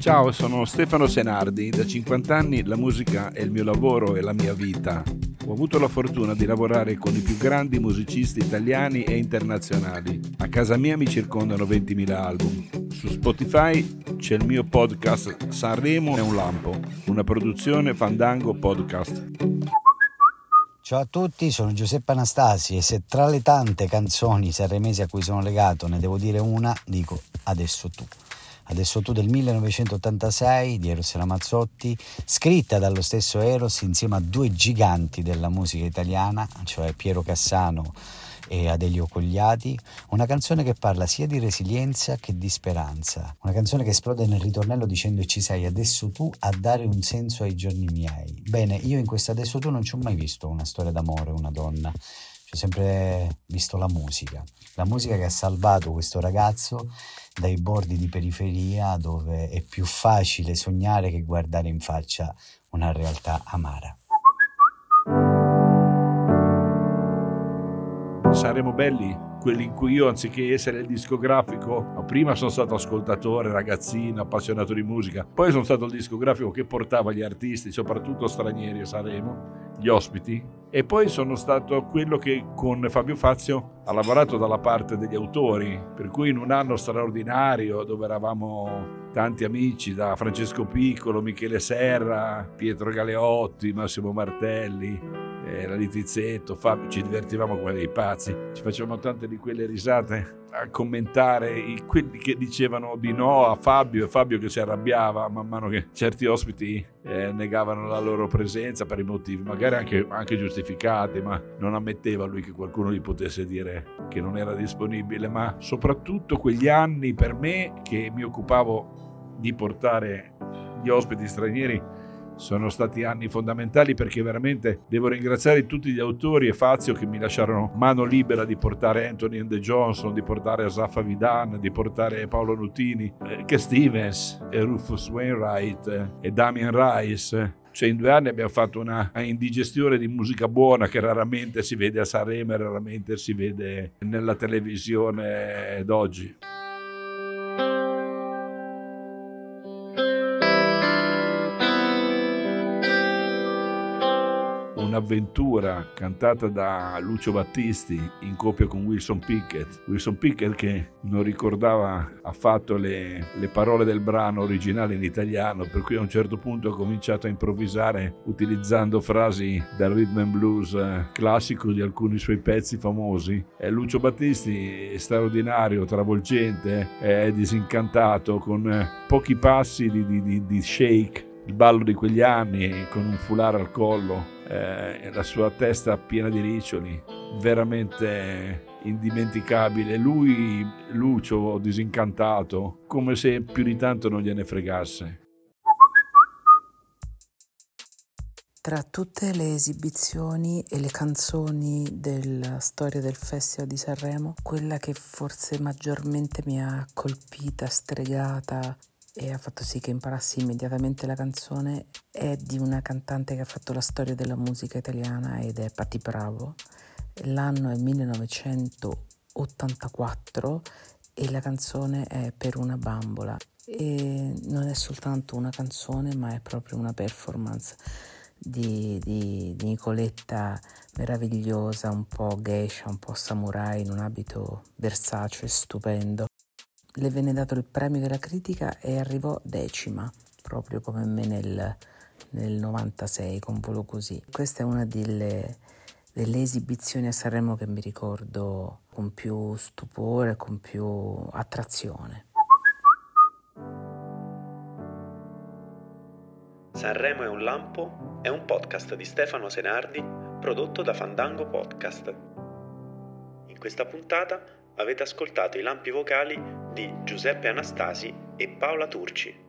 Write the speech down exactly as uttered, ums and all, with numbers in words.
Ciao, sono Stefano Senardi. Da cinquanta anni la musica è il mio lavoro e la mia vita. Ho avuto la fortuna di lavorare con i più grandi musicisti italiani e internazionali. A casa mia mi circondano ventimila album. Su Spotify c'è il mio podcast Sanremo è un lampo, una produzione Fandango Podcast. Ciao a tutti, sono Giuseppe Anastasi e se tra le tante canzoni sanremesi a cui sono legato ne devo dire una, dico Adesso tu. Adesso tu del millenovecentottantasei di Eros Ramazzotti, scritta dallo stesso Eros insieme a due giganti della musica italiana, cioè Piero Cassano e Adelio Cogliati, una canzone che parla sia di resilienza che di speranza, una canzone che esplode nel ritornello dicendo ci sei adesso tu a dare un senso ai giorni miei. Bene, io in questo Adesso tu non ci ho mai visto una storia d'amore, una donna, ci ho sempre visto la musica, la musica che ha salvato questo ragazzo dai bordi di periferia dove è più facile sognare che guardare in faccia una realtà amara. Saremo belli, quelli in cui io, anziché essere il discografico, prima sono stato ascoltatore, ragazzino, appassionato di musica, poi sono stato il discografico che portava gli artisti, soprattutto stranieri a Sanremo, gli ospiti, e poi sono stato quello che con Fabio Fazio ha lavorato dalla parte degli autori, per cui in un anno straordinario dove eravamo tanti amici, da Francesco Piccolo, Michele Serra, Pietro Galeotti, Massimo Martelli, Eh, la Litizzetto, Fabio, ci divertivamo come dei pazzi, ci facevamo tante di quelle risate a commentare i, quelli che dicevano di no a Fabio e Fabio che si arrabbiava man mano che certi ospiti eh, negavano la loro presenza per i motivi magari anche, anche giustificati, ma non ammetteva lui che qualcuno gli potesse dire che non era disponibile. Ma soprattutto quegli anni per me che mi occupavo di portare gli ospiti stranieri sono stati anni fondamentali, perché veramente devo ringraziare tutti gli autori e Fazio che mi lasciarono mano libera di portare Anthony and the Johnson, di portare Asaf Avidan, di portare Paolo Nutini, eh, Cat Stevens e Rufus Wainwright eh, e Damien Rice. Cioè in due anni abbiamo fatto una indigestione di musica buona che raramente si vede a Sanremo e raramente si vede nella televisione d'oggi. Un'avventura cantata da Lucio Battisti in coppia con Wilson Pickett. Wilson Pickett che non ricordava affatto le, le parole del brano originale in italiano, per cui a un certo punto ha cominciato a improvvisare utilizzando frasi del rhythm and blues classico di alcuni suoi pezzi famosi. E Lucio Battisti è straordinario, travolgente, è disincantato, con pochi passi di, di, di, di shake, il ballo di quegli anni con un foulard al collo, eh, la sua testa piena di riccioli, veramente indimenticabile. Lui, Lucio, disincantato, come se più di tanto non gliene fregasse. Tra tutte le esibizioni e le canzoni della storia del Festival di Sanremo, quella che forse maggiormente mi ha colpita, stregata e ha fatto sì che imparassi immediatamente la canzone è di una cantante che ha fatto la storia della musica italiana ed è Patti Bravo. L'anno è millenovecentottantaquattro e la canzone è Per una bambola, e non è soltanto una canzone ma è proprio una performance di, di, di Nicoletta meravigliosa, un po' geisha, un po' samurai, in un abito Versace stupendo. Le venne dato il premio della critica e arrivò decima, proprio come me nel, nel novantasei con Volo Così. Questa è una delle, delle esibizioni a Sanremo che mi ricordo con più stupore, con più attrazione. Sanremo è un lampo è un podcast di Stefano Senardi prodotto da Fandango Podcast. In questa puntata avete ascoltato i lampi vocali di Giuseppe Anastasi e Paola Turci.